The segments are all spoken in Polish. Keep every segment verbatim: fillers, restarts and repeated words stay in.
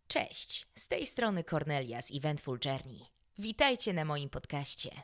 Cześć, z tej strony Kornelia z Eventful Journey. Witajcie na moim podcaście.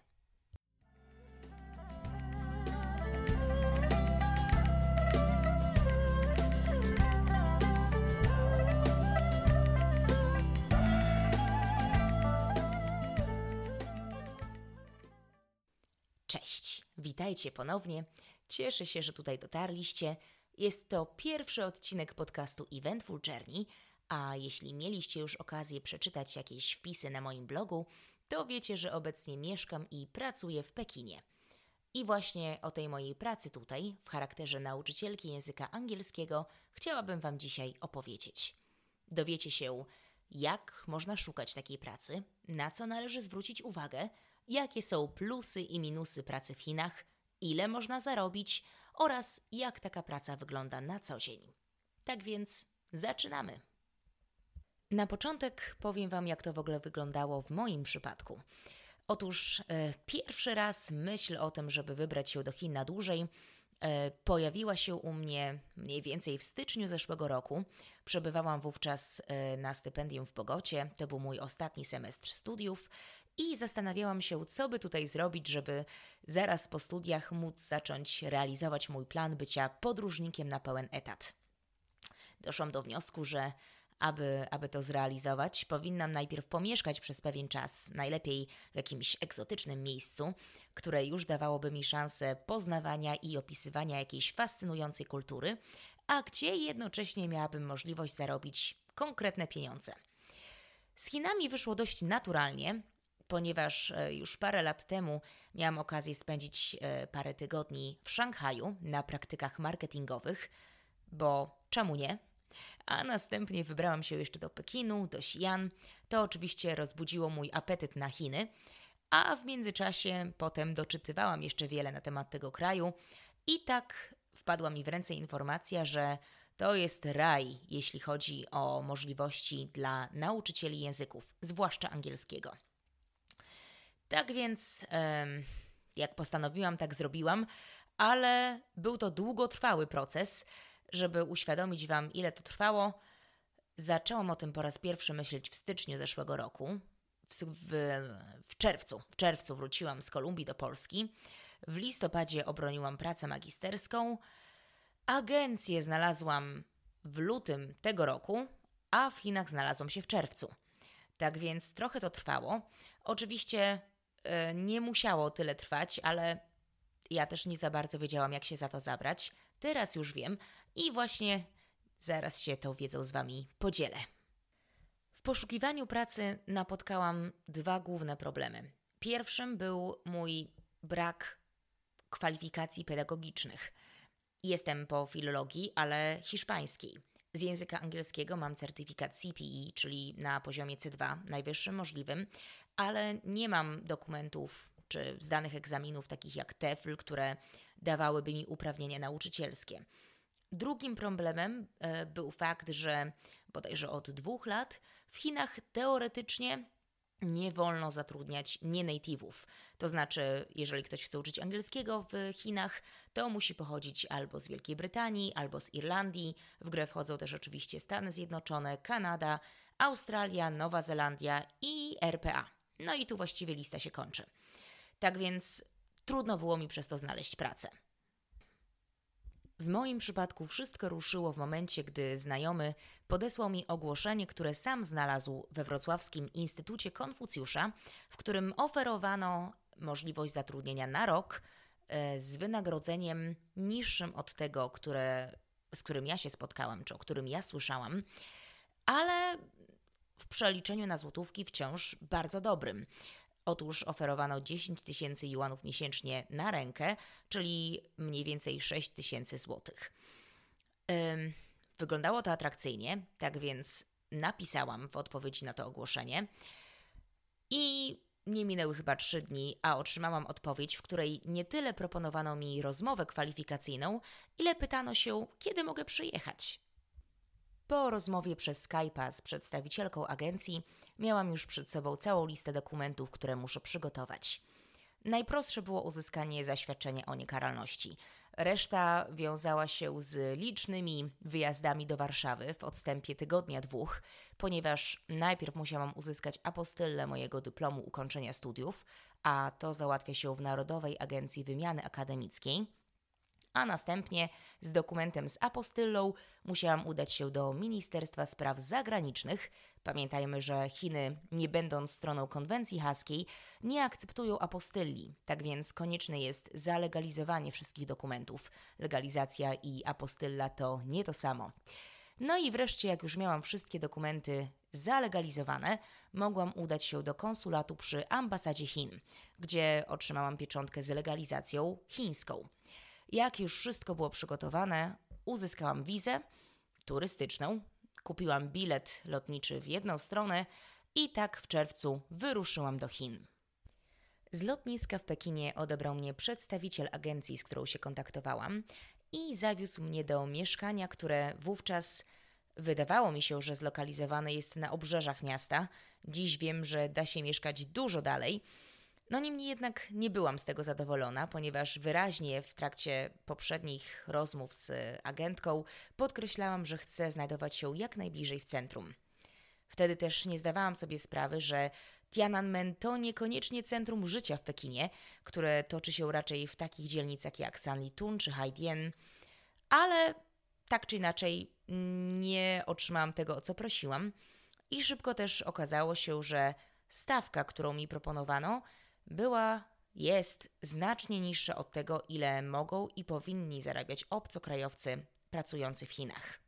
Cześć, witajcie ponownie. Cieszę się, że tutaj dotarliście. Jest to pierwszy odcinek podcastu Eventful Journey, a jeśli mieliście już okazję przeczytać jakieś wpisy na moim blogu, to wiecie, że obecnie mieszkam i pracuję w Pekinie. I właśnie o tej mojej pracy tutaj, w charakterze nauczycielki języka angielskiego, chciałabym Wam dzisiaj opowiedzieć. Dowiecie się, jak można szukać takiej pracy, na co należy zwrócić uwagę, jakie są plusy i minusy pracy w Chinach, ile można zarobić oraz jak taka praca wygląda na co dzień. Tak więc zaczynamy! Na początek powiem Wam, jak to w ogóle wyglądało w moim przypadku. Otóż e, pierwszy raz myśl o tym, żeby wybrać się do Chin na dłużej, e, pojawiła się u mnie mniej więcej w styczniu zeszłego roku. Przebywałam wówczas e, na stypendium w Bogocie, to był mój ostatni semestr studiów i zastanawiałam się, co by tutaj zrobić, żeby zaraz po studiach móc zacząć realizować mój plan bycia podróżnikiem na pełen etat. Doszłam do wniosku, że Aby, aby to zrealizować, powinnam najpierw pomieszkać przez pewien czas, najlepiej w jakimś egzotycznym miejscu, które już dawałoby mi szansę poznawania i opisywania jakiejś fascynującej kultury, a gdzie jednocześnie miałabym możliwość zarobić konkretne pieniądze. Z Chinami wyszło dość naturalnie, ponieważ już parę lat temu miałam okazję spędzić parę tygodni w Szanghaju na praktykach marketingowych, bo czemu nie? A następnie wybrałam się jeszcze do Pekinu, do Xi'an. To oczywiście rozbudziło mój apetyt na Chiny, a w międzyczasie potem doczytywałam jeszcze wiele na temat tego kraju i tak wpadła mi w ręce informacja, że to jest raj, jeśli chodzi o możliwości dla nauczycieli języków, zwłaszcza angielskiego. Tak więc, jak postanowiłam, tak zrobiłam, ale był to długotrwały proces. Żeby uświadomić Wam, ile to trwało, zaczęłam o tym po raz pierwszy myśleć w styczniu zeszłego roku. W, w, w czerwcu. W czerwcu wróciłam z Kolumbii do Polski. W listopadzie obroniłam pracę magisterską. Agencję znalazłam w lutym tego roku, a w Chinach znalazłam się w czerwcu. Tak więc trochę to trwało. Oczywiście yy, nie musiało tyle trwać, ale ja też nie za bardzo wiedziałam, jak się za to zabrać. Teraz już wiem i właśnie zaraz się tą wiedzą z Wami podzielę. W poszukiwaniu pracy napotkałam dwa główne problemy. Pierwszym był mój brak kwalifikacji pedagogicznych. Jestem po filologii, ale hiszpańskiej. Z języka angielskiego mam certyfikat C P E, czyli na poziomie C dwa, najwyższym możliwym, ale nie mam dokumentów czy zdanych egzaminów takich jak TEFL, które dawałyby mi uprawnienia nauczycielskie. Drugim problemem e, był fakt, że bodajże od dwóch lat w Chinach teoretycznie nie wolno zatrudniać nie-native'ów. To znaczy, jeżeli ktoś chce uczyć angielskiego w Chinach, to musi pochodzić albo z Wielkiej Brytanii, albo z Irlandii. W grę wchodzą też oczywiście Stany Zjednoczone, Kanada, Australia, Nowa Zelandia i R P A. No i tu właściwie lista się kończy. Tak więc trudno było mi przez to znaleźć pracę. W moim przypadku wszystko ruszyło w momencie, gdy znajomy podesłał mi ogłoszenie, które sam znalazł we wrocławskim Instytucie Konfucjusza, w którym oferowano możliwość zatrudnienia na rok e, z wynagrodzeniem niższym od tego, które, z którym ja się spotkałam, czy o którym ja słyszałam, ale w przeliczeniu na złotówki wciąż bardzo dobrym. Otóż oferowano dziesięć tysięcy juanów miesięcznie na rękę, czyli mniej więcej sześć tysięcy złotych. Ym, wyglądało to atrakcyjnie, tak więc napisałam w odpowiedzi na to ogłoszenie i nie minęły chyba trzy dni, a otrzymałam odpowiedź, w której nie tyle proponowano mi rozmowę kwalifikacyjną, ile pytano się, kiedy mogę przyjechać. Po rozmowie przez Skype'a z przedstawicielką agencji miałam już przed sobą całą listę dokumentów, które muszę przygotować. Najprostsze było uzyskanie zaświadczenia o niekaralności. Reszta wiązała się z licznymi wyjazdami do Warszawy w odstępie tygodnia, dwóch, ponieważ najpierw musiałam uzyskać apostylę mojego dyplomu ukończenia studiów, a to załatwia się w Narodowej Agencji Wymiany Akademickiej, a następnie z dokumentem z apostylą musiałam udać się do Ministerstwa Spraw Zagranicznych. Pamiętajmy, że Chiny, nie będąc stroną konwencji haskiej, nie akceptują apostyli, tak więc konieczne jest zalegalizowanie wszystkich dokumentów. Legalizacja i apostylla to nie to samo. No i wreszcie, jak już miałam wszystkie dokumenty zalegalizowane, mogłam udać się do konsulatu przy ambasadzie Chin, gdzie otrzymałam pieczątkę z legalizacją chińską. Jak już wszystko było przygotowane, uzyskałam wizę turystyczną, kupiłam bilet lotniczy w jedną stronę i tak w czerwcu wyruszyłam do Chin. Z lotniska w Pekinie odebrał mnie przedstawiciel agencji, z którą się kontaktowałam i zawiózł mnie do mieszkania, które wówczas wydawało mi się, że zlokalizowane jest na obrzeżach miasta. Dziś wiem, że da się mieszkać dużo dalej. No niemniej jednak nie byłam z tego zadowolona, ponieważ wyraźnie w trakcie poprzednich rozmów z agentką podkreślałam, że chcę znajdować się jak najbliżej w centrum. Wtedy też nie zdawałam sobie sprawy, że Tiananmen to niekoniecznie centrum życia w Pekinie, które toczy się raczej w takich dzielnicach jak Sanlitun czy Haidian, ale tak czy inaczej nie otrzymałam tego, o co prosiłam i szybko też okazało się, że stawka, którą mi proponowano, była, jest znacznie niższa od tego, ile mogą i powinni zarabiać obcokrajowcy pracujący w Chinach.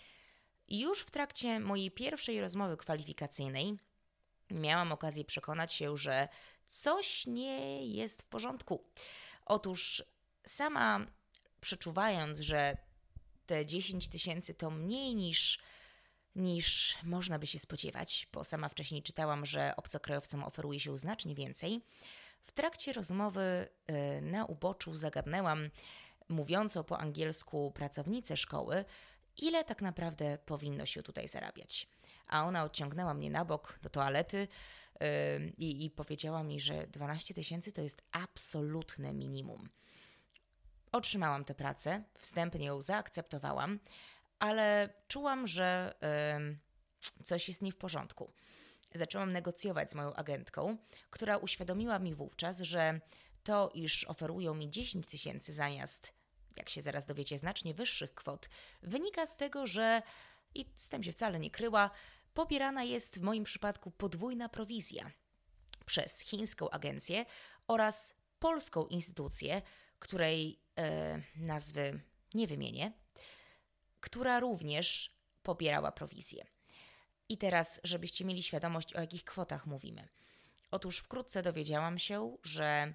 I już w trakcie mojej pierwszej rozmowy kwalifikacyjnej miałam okazję przekonać się, że coś nie jest w porządku. Otóż sama przeczuwając, że te dziesięć tysięcy to mniej niż, niż można by się spodziewać, bo sama wcześniej czytałam, że obcokrajowcom oferuje się znacznie więcej, w trakcie rozmowy y, na uboczu zagadnęłam mówiącą po angielsku pracownicę szkoły, ile tak naprawdę powinno się tutaj zarabiać. A ona odciągnęła mnie na bok do toalety yy, i, i powiedziała mi, że dwanaście tysięcy to jest absolutne minimum. Otrzymałam tę pracę, wstępnie ją zaakceptowałam, ale czułam, że yy, coś jest nie w porządku. Zaczęłam negocjować z moją agentką, która uświadomiła mi wówczas, że to, iż oferują mi dziesięć tysięcy zamiast, jak się zaraz dowiecie, znacznie wyższych kwot, wynika z tego, że, i z tym się wcale nie kryła, pobierana jest w moim przypadku podwójna prowizja przez chińską agencję oraz polską instytucję, której e, nazwy nie wymienię, która również pobierała prowizję. I teraz, żebyście mieli świadomość, o jakich kwotach mówimy. Otóż wkrótce dowiedziałam się, że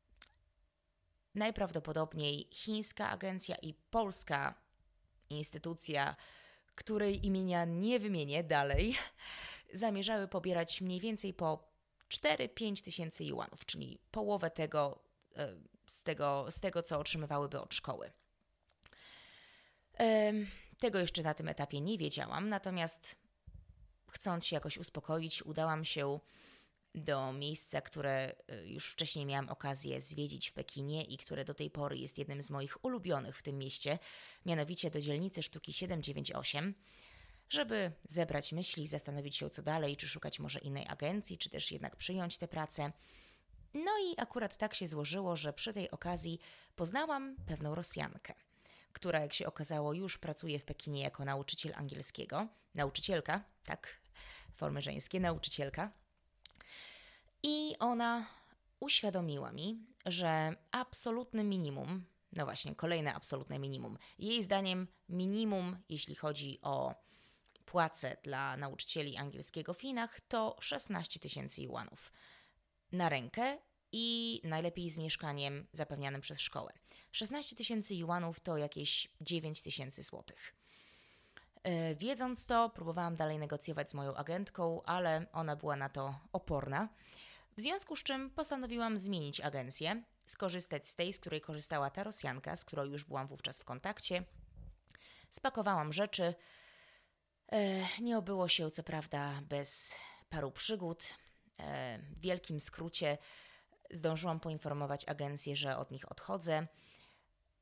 najprawdopodobniej chińska agencja i polska instytucja, której imienia nie wymienię dalej, zamierzały pobierać mniej więcej po cztery pięć tysięcy juanów, czyli połowę tego z, tego, z tego, co otrzymywałyby od szkoły. Tego jeszcze na tym etapie nie wiedziałam, natomiast chcąc się jakoś uspokoić, udałam się do miejsca, które już wcześniej miałam okazję zwiedzić w Pekinie i które do tej pory jest jednym z moich ulubionych w tym mieście, mianowicie do dzielnicy Sztuki siedem dziewięć osiem, żeby zebrać myśli, zastanowić się co dalej, czy szukać może innej agencji, czy też jednak przyjąć tę pracę. No i akurat tak się złożyło, że przy tej okazji poznałam pewną Rosjankę, która, jak się okazało, już pracuje w Pekinie jako nauczyciel angielskiego. Nauczycielka, tak, formy żeńskie, nauczycielka. I ona uświadomiła mi, że absolutne minimum, no właśnie, kolejne absolutne minimum, jej zdaniem minimum, jeśli chodzi o płacę dla nauczycieli angielskiego w Chinach, to szesnaście tysięcy juanów na rękę i najlepiej z mieszkaniem zapewnianym przez szkołę. szesnaście tysięcy juanów to jakieś dziewięć tysięcy złotych. Yy, wiedząc to, próbowałam dalej negocjować z moją agentką, ale ona była na to oporna. W związku z czym postanowiłam zmienić agencję, skorzystać z tej, z której korzystała ta Rosjanka, z którą już byłam wówczas w kontakcie. Spakowałam rzeczy. Yy, nie obyło się co prawda bez paru przygód. Yy, w wielkim skrócie zdążyłam poinformować agencję, że od nich odchodzę.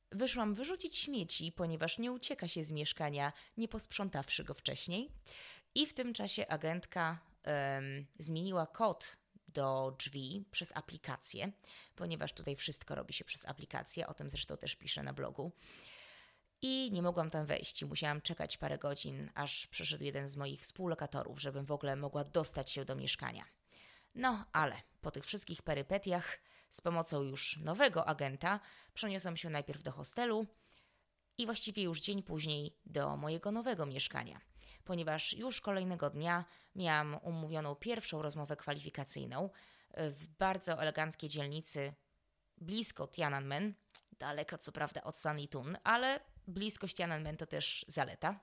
Wyszłam wyrzucić śmieci, ponieważ nie ucieka się z mieszkania, nie posprzątawszy go wcześniej. I w tym czasie agentka um, zmieniła kod do drzwi przez aplikację, ponieważ tutaj wszystko robi się przez aplikację, o tym zresztą też piszę na blogu. I nie mogłam tam wejść i musiałam czekać parę godzin, aż przyszedł jeden z moich współlokatorów, żebym w ogóle mogła dostać się do mieszkania. No, ale po tych wszystkich perypetiach z pomocą już nowego agenta przeniosłam się najpierw do hostelu i właściwie już dzień później do mojego nowego mieszkania, ponieważ już kolejnego dnia miałam umówioną pierwszą rozmowę kwalifikacyjną w bardzo eleganckiej dzielnicy blisko Tiananmen, daleko co prawda od Sanlitun, ale bliskość Tiananmen to też zaleta.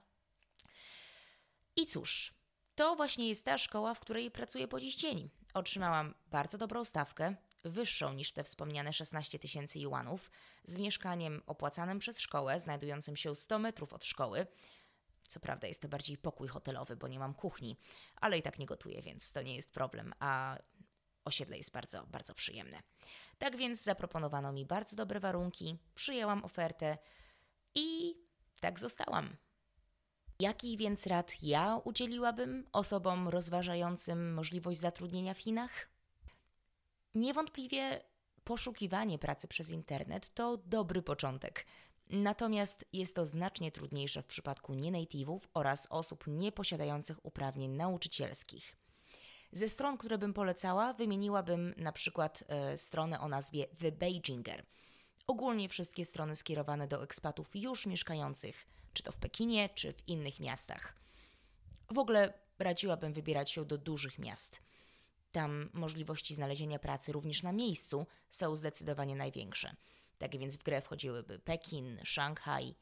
I cóż, to właśnie jest ta szkoła, w której pracuję po dziś dzień. Otrzymałam bardzo dobrą stawkę, wyższą niż te wspomniane szesnaście tysięcy juanów, z mieszkaniem opłacanym przez szkołę, znajdującym się sto metrów od szkoły. Co prawda jest to bardziej pokój hotelowy, bo nie mam kuchni, ale i tak nie gotuję, więc to nie jest problem, a osiedle jest bardzo, bardzo przyjemne. Tak więc zaproponowano mi bardzo dobre warunki, przyjęłam ofertę i tak zostałam. Jakich więc rad ja udzieliłabym osobom rozważającym możliwość zatrudnienia w Chinach? Niewątpliwie poszukiwanie pracy przez internet to dobry początek. Natomiast jest to znacznie trudniejsze w przypadku nie-native'ów oraz osób nieposiadających uprawnień nauczycielskich. Ze stron, które bym polecała, wymieniłabym na przykład e, stronę o nazwie The Beijinger. Ogólnie wszystkie strony skierowane do ekspatów już mieszkających, czy to w Pekinie, czy w innych miastach. W ogóle radziłabym wybierać się do dużych miast. Tam możliwości znalezienia pracy również na miejscu są zdecydowanie największe. Tak więc w grę wchodziłyby Pekin, Szanghaj,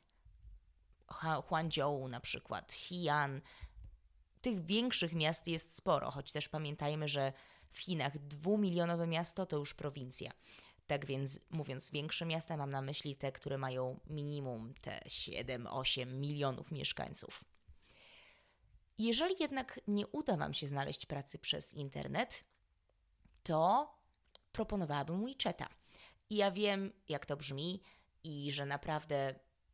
Huangzhou na przykład, Xi'an. Tych większych miast jest sporo, choć też pamiętajmy, że w Chinach dwumilionowe miasto to już prowincja. Tak więc mówiąc większe miasta, mam na myśli te, które mają minimum te siedem osiem milionów mieszkańców. Jeżeli jednak nie uda Wam się znaleźć pracy przez internet, to proponowałabym WeChata. I ja wiem, jak to brzmi i że naprawdę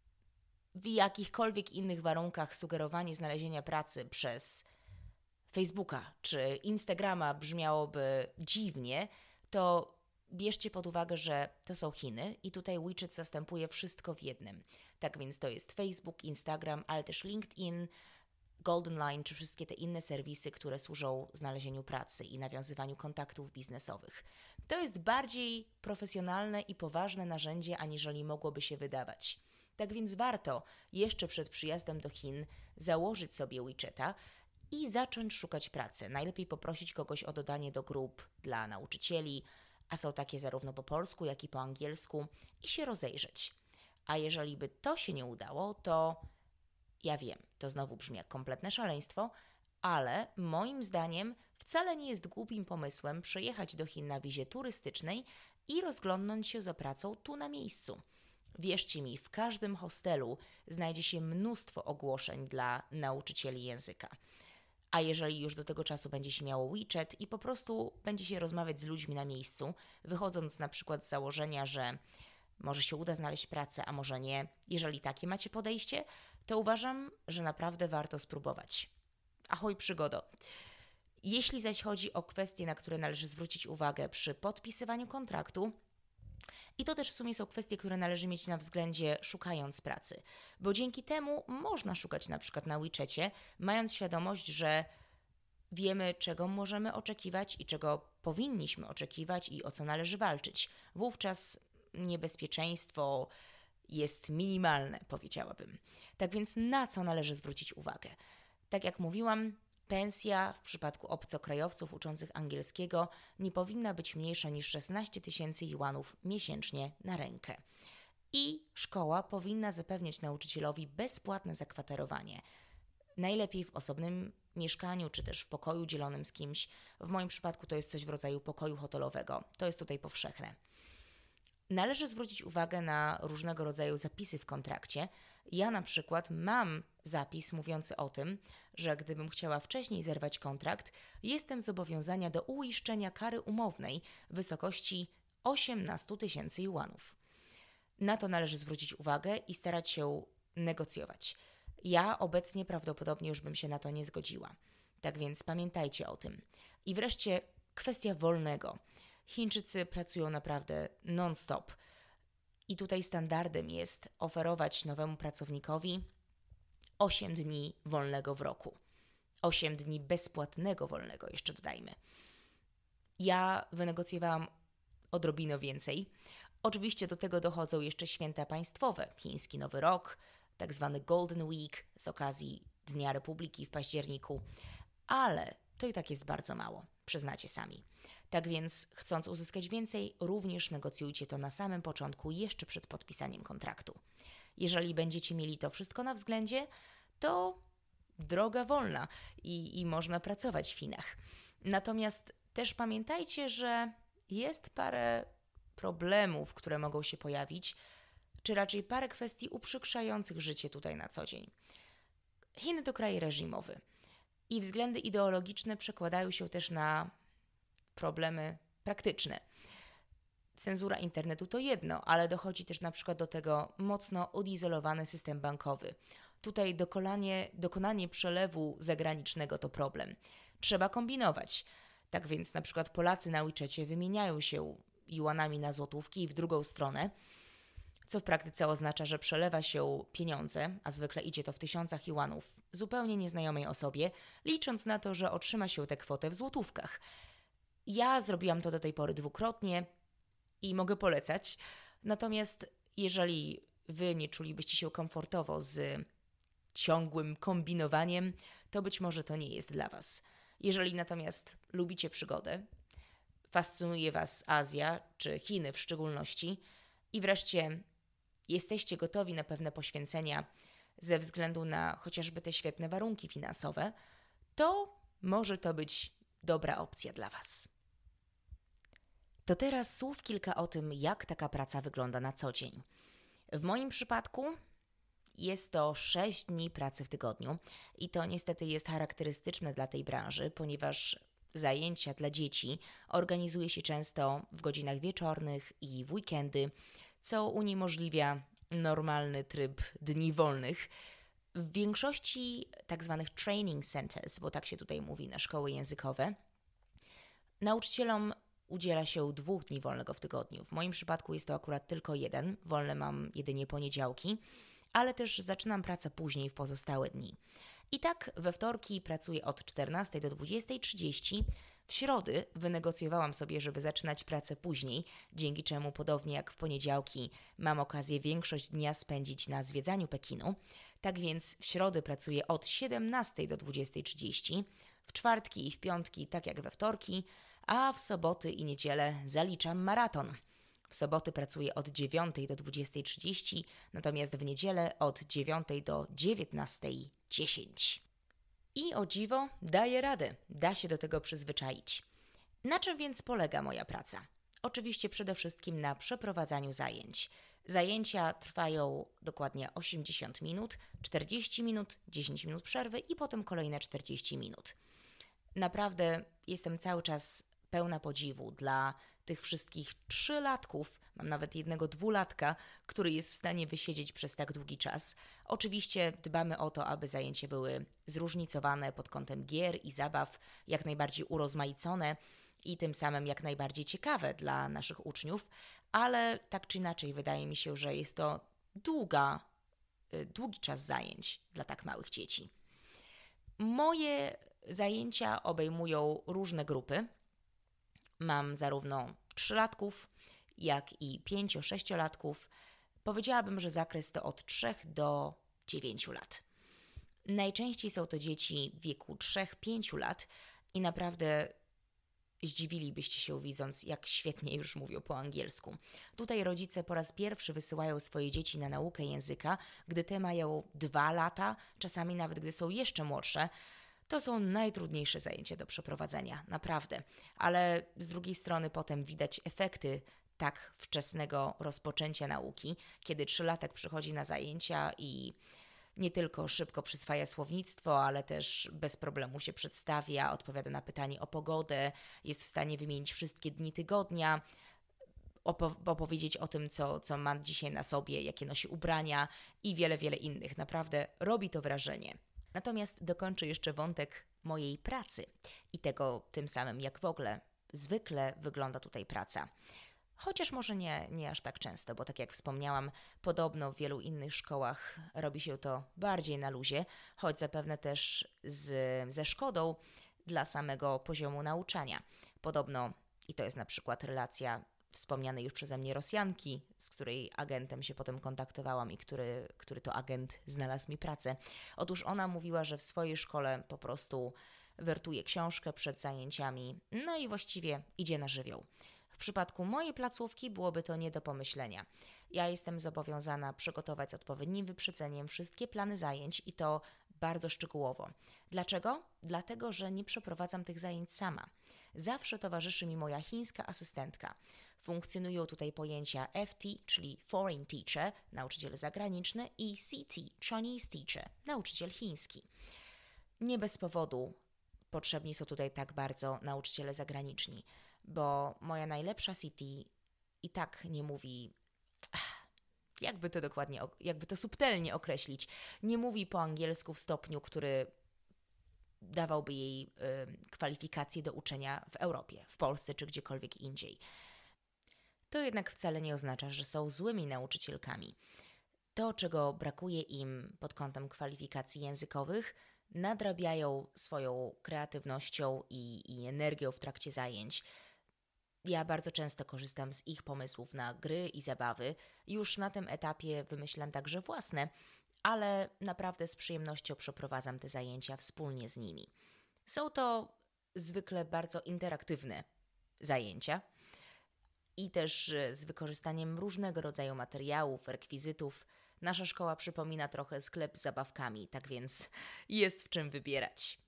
w jakichkolwiek innych warunkach sugerowanie znalezienia pracy przez Facebooka czy Instagrama brzmiałoby dziwnie, to bierzcie pod uwagę, że to są Chiny i tutaj WeChat zastępuje wszystko w jednym. Tak więc to jest Facebook, Instagram, ale też LinkedIn, Golden Line czy wszystkie te inne serwisy, które służą znalezieniu pracy i nawiązywaniu kontaktów biznesowych. To jest bardziej profesjonalne i poważne narzędzie, aniżeli mogłoby się wydawać. Tak więc warto jeszcze przed przyjazdem do Chin założyć sobie WeChata i zacząć szukać pracy. Najlepiej poprosić kogoś o dodanie do grup dla nauczycieli, a są takie zarówno po polsku, jak i po angielsku, i się rozejrzeć. A jeżeli by to się nie udało, to ja wiem, to znowu brzmi jak kompletne szaleństwo, ale moim zdaniem wcale nie jest głupim pomysłem przyjechać do Chin na wizie turystycznej i rozglądnąć się za pracą tu na miejscu. Wierzcie mi, w każdym hostelu znajdzie się mnóstwo ogłoszeń dla nauczycieli języka. A jeżeli już do tego czasu będzie się miało WeChat i po prostu będzie się rozmawiać z ludźmi na miejscu, wychodząc na przykład z założenia, że może się uda znaleźć pracę, a może nie, jeżeli takie macie podejście, to uważam, że naprawdę warto spróbować. Ahoj przygodo! Jeśli zaś chodzi o kwestie, na które należy zwrócić uwagę przy podpisywaniu kontraktu, i to też w sumie są kwestie, które należy mieć na względzie szukając pracy, bo dzięki temu można szukać na przykład na WeChacie, mając świadomość, że wiemy, czego możemy oczekiwać i czego powinniśmy oczekiwać i o co należy walczyć. Wówczas niebezpieczeństwo jest minimalne, powiedziałabym. Tak więc na co należy zwrócić uwagę? Tak jak mówiłam, pensja w przypadku obcokrajowców uczących angielskiego nie powinna być mniejsza niż szesnaście tysięcy juanów miesięcznie na rękę. I szkoła powinna zapewniać nauczycielowi bezpłatne zakwaterowanie. Najlepiej w osobnym mieszkaniu, czy też w pokoju dzielonym z kimś. W moim przypadku to jest coś w rodzaju pokoju hotelowego. To jest tutaj powszechne. Należy zwrócić uwagę na różnego rodzaju zapisy w kontrakcie. Ja na przykład mam zapis mówiący o tym, że gdybym chciała wcześniej zerwać kontrakt, jestem zobowiązana do uiszczenia kary umownej w wysokości osiemnaście tysięcy juanów. Na to należy zwrócić uwagę i starać się negocjować. Ja obecnie prawdopodobnie już bym się na to nie zgodziła. Tak więc pamiętajcie o tym. I wreszcie kwestia wolnego. Chińczycy pracują naprawdę non-stop. I tutaj standardem jest oferować nowemu pracownikowi osiem dni wolnego w roku. osiem dni bezpłatnego wolnego, jeszcze dodajmy. Ja wynegocjowałam odrobinę więcej. Oczywiście do tego dochodzą jeszcze święta państwowe, chiński Nowy Rok, tak zwany Golden Week z okazji Dnia Republiki w październiku, ale to i tak jest bardzo mało, przyznacie sami. Tak więc, chcąc uzyskać więcej, również negocjujcie to na samym początku, jeszcze przed podpisaniem kontraktu. Jeżeli będziecie mieli to wszystko na względzie, to droga wolna i, i można pracować w Chinach. Natomiast też pamiętajcie, że jest parę problemów, które mogą się pojawić, czy raczej parę kwestii uprzykrzających życie tutaj na co dzień. Chiny to kraj reżimowy i względy ideologiczne przekładają się też na problemy praktyczne. Cenzura internetu to jedno, ale dochodzi też na przykład do tego mocno odizolowany system bankowy. Tutaj dokonanie, dokonanie przelewu zagranicznego to problem. Trzeba kombinować. Tak więc na przykład Polacy na WeChacie wymieniają się juanami na złotówki i w drugą stronę, co w praktyce oznacza, że przelewa się pieniądze, a zwykle idzie to w tysiącach juanów, zupełnie nieznajomej osobie, licząc na to, że otrzyma się tę kwotę w złotówkach. Ja zrobiłam to do tej pory dwukrotnie i mogę polecać. Natomiast jeżeli wy nie czulibyście się komfortowo z ciągłym kombinowaniem, to być może to nie jest dla was. Jeżeli natomiast lubicie przygodę, fascynuje was Azja, czy Chiny w szczególności i wreszcie jesteście gotowi na pewne poświęcenia ze względu na chociażby te świetne warunki finansowe, to może to być dobra opcja dla was. To teraz słów kilka o tym, jak taka praca wygląda na co dzień. W moim przypadku jest to sześć dni pracy w tygodniu i to niestety jest charakterystyczne dla tej branży, ponieważ zajęcia dla dzieci organizuje się często w godzinach wieczornych i w weekendy, co uniemożliwia normalny tryb dni wolnych. W większości tak zwanych training centers, bo tak się tutaj mówi na szkoły językowe, nauczycielom udziela się dwóch dni wolnego w tygodniu. W moim przypadku jest to akurat tylko jeden, wolne mam jedynie poniedziałki, ale też zaczynam pracę później w pozostałe dni. I tak we wtorki pracuję od czternastej do dwudziestej trzydzieści. W środy wynegocjowałam sobie, żeby zaczynać pracę później, dzięki czemu podobnie jak w poniedziałki mam okazję większość dnia spędzić na zwiedzaniu Pekinu. Tak więc w środy pracuję od siedemnastej do dwudziestej trzydzieści, w czwartki i w piątki tak jak we wtorki, a w soboty i niedzielę zaliczam maraton. W soboty pracuję od dziewiątej do dwudziestej trzydzieści, natomiast w niedzielę od dziewiątej do dziewiętnastej dziesięć. I o dziwo, daję radę, da się do tego przyzwyczaić. Na czym więc polega moja praca? Oczywiście przede wszystkim na przeprowadzaniu zajęć. Zajęcia trwają dokładnie osiemdziesiąt minut, czterdzieści minut, dziesięć minut przerwy i potem kolejne czterdzieści minut. Naprawdę jestem cały czas pełna podziwu dla tych wszystkich trzylatków, mam nawet jednego dwulatka, który jest w stanie wysiedzieć przez tak długi czas. Oczywiście dbamy o to, aby zajęcia były zróżnicowane pod kątem gier i zabaw, jak najbardziej urozmaicone i tym samym jak najbardziej ciekawe dla naszych uczniów, ale tak czy inaczej wydaje mi się, że jest to długa, długi czas zajęć dla tak małych dzieci. Moje zajęcia obejmują różne grupy. Mam zarówno trzylatków, jak i pięcio-sześciolatków. Powiedziałabym, że zakres to od trzech do dziewięciu lat. Najczęściej są to dzieci w wieku trzech do pięciu lat i naprawdę zdziwilibyście się widząc, jak świetnie już mówią po angielsku. Tutaj rodzice po raz pierwszy wysyłają swoje dzieci na naukę języka, gdy te mają dwa lata, czasami nawet gdy są jeszcze młodsze. To są najtrudniejsze zajęcia do przeprowadzenia, naprawdę. Ale z drugiej strony potem widać efekty tak wczesnego rozpoczęcia nauki, kiedy trzylatek przychodzi na zajęcia i nie tylko szybko przyswaja słownictwo, ale też bez problemu się przedstawia, odpowiada na pytanie o pogodę, jest w stanie wymienić wszystkie dni tygodnia. opo- opowiedzieć o tym, co, co ma dzisiaj na sobie, jakie nosi ubrania i wiele, wiele innych. Naprawdę robi to wrażenie. Natomiast dokończę jeszcze wątek mojej pracy i tego tym samym, jak w ogóle zwykle wygląda tutaj praca. Chociaż może nie, nie aż tak często, bo tak jak wspomniałam, podobno w wielu innych szkołach robi się to bardziej na luzie, choć zapewne też z, ze szkodą dla samego poziomu nauczania. Podobno, i to jest na przykład relacja wspomnianej już przeze mnie Rosjanki, z której agentem się potem kontaktowałam i który, który to agent znalazł mi pracę. Otóż ona mówiła, że w swojej szkole po prostu wertuje książkę przed zajęciami, no i właściwie idzie na żywioł. W przypadku mojej placówki byłoby to nie do pomyślenia. Ja jestem zobowiązana przygotować z odpowiednim wyprzedzeniem wszystkie plany zajęć i to bardzo szczegółowo. Dlaczego? Dlatego, że nie przeprowadzam tych zajęć sama. Zawsze towarzyszy mi moja chińska asystentka. Funkcjonują tutaj pojęcia F T, czyli Foreign Teacher, nauczyciel zagraniczny, i C T, Chinese Teacher, nauczyciel chiński. Nie bez powodu potrzebni są tutaj tak bardzo nauczyciele zagraniczni, bo moja najlepsza C T i tak nie mówi, jakby to dokładnie, jakby to subtelnie określić, nie mówi po angielsku w stopniu, który dawałby jej y, kwalifikacje do uczenia w Europie, w Polsce czy gdziekolwiek indziej. To jednak wcale nie oznacza, że są złymi nauczycielkami. To, czego brakuje im pod kątem kwalifikacji językowych, nadrabiają swoją kreatywnością i, i energią w trakcie zajęć. Ja bardzo często korzystam z ich pomysłów na gry i zabawy. Już na tym etapie wymyślam także własne, ale naprawdę z przyjemnością przeprowadzam te zajęcia wspólnie z nimi. Są to zwykle bardzo interaktywne zajęcia i też z wykorzystaniem różnego rodzaju materiałów, rekwizytów. Nasza szkoła przypomina trochę sklep z zabawkami, tak więc jest w czym wybierać.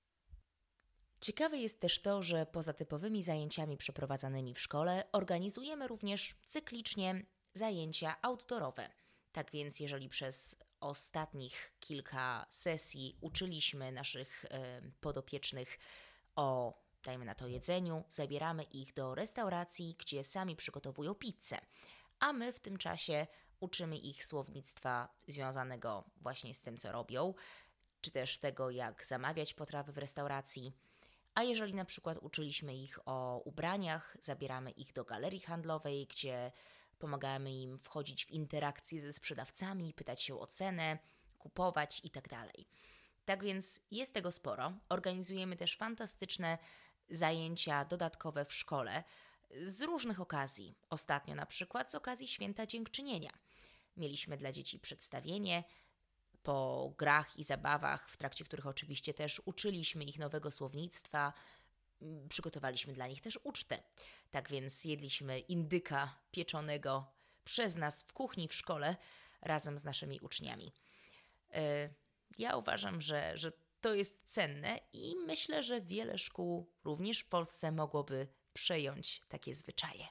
Ciekawe jest też to, że poza typowymi zajęciami przeprowadzanymi w szkole organizujemy również cyklicznie zajęcia outdoorowe. Tak więc jeżeli przez ostatnich kilka sesji uczyliśmy naszych y, podopiecznych o, dajmy na to, jedzeniu, zabieramy ich do restauracji, gdzie sami przygotowują pizzę, a my w tym czasie uczymy ich słownictwa związanego właśnie z tym, co robią, czy też tego, jak zamawiać potrawy w restauracji. A jeżeli na przykład uczyliśmy ich o ubraniach, zabieramy ich do galerii handlowej, gdzie pomagamy im wchodzić w interakcje ze sprzedawcami, pytać się o cenę, kupować itd. Tak więc jest tego sporo. Organizujemy też fantastyczne zajęcia dodatkowe w szkole z różnych okazji. Ostatnio na przykład z okazji Święta Dziękczynienia. Mieliśmy dla dzieci przedstawienie po grach i zabawach, w trakcie których oczywiście też uczyliśmy ich nowego słownictwa. Przygotowaliśmy dla nich też ucztę. Tak więc jedliśmy indyka pieczonego przez nas w kuchni w szkole razem z naszymi uczniami. Yy, ja uważam, że, że to jest cenne i myślę, że wiele szkół również w Polsce mogłoby przejąć takie zwyczaje.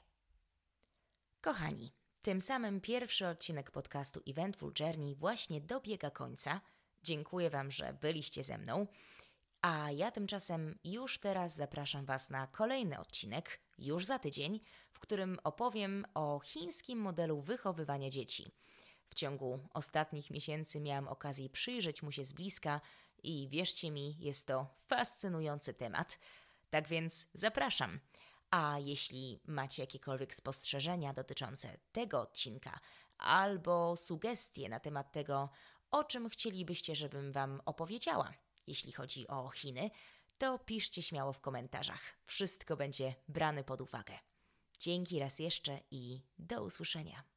Kochani, tym samym pierwszy odcinek podcastu Eventful Journey właśnie dobiega końca. Dziękuję Wam, że byliście ze mną. A ja tymczasem już teraz zapraszam Was na kolejny odcinek, już za tydzień, w którym opowiem o chińskim modelu wychowywania dzieci. W ciągu ostatnich miesięcy miałam okazję przyjrzeć mu się z bliska i wierzcie mi, jest to fascynujący temat. Tak więc zapraszam. A jeśli macie jakiekolwiek spostrzeżenia dotyczące tego odcinka albo sugestie na temat tego, o czym chcielibyście, żebym Wam opowiedziała, jeśli chodzi o Chiny, to piszcie śmiało w komentarzach. Wszystko będzie brane pod uwagę. Dzięki raz jeszcze i do usłyszenia.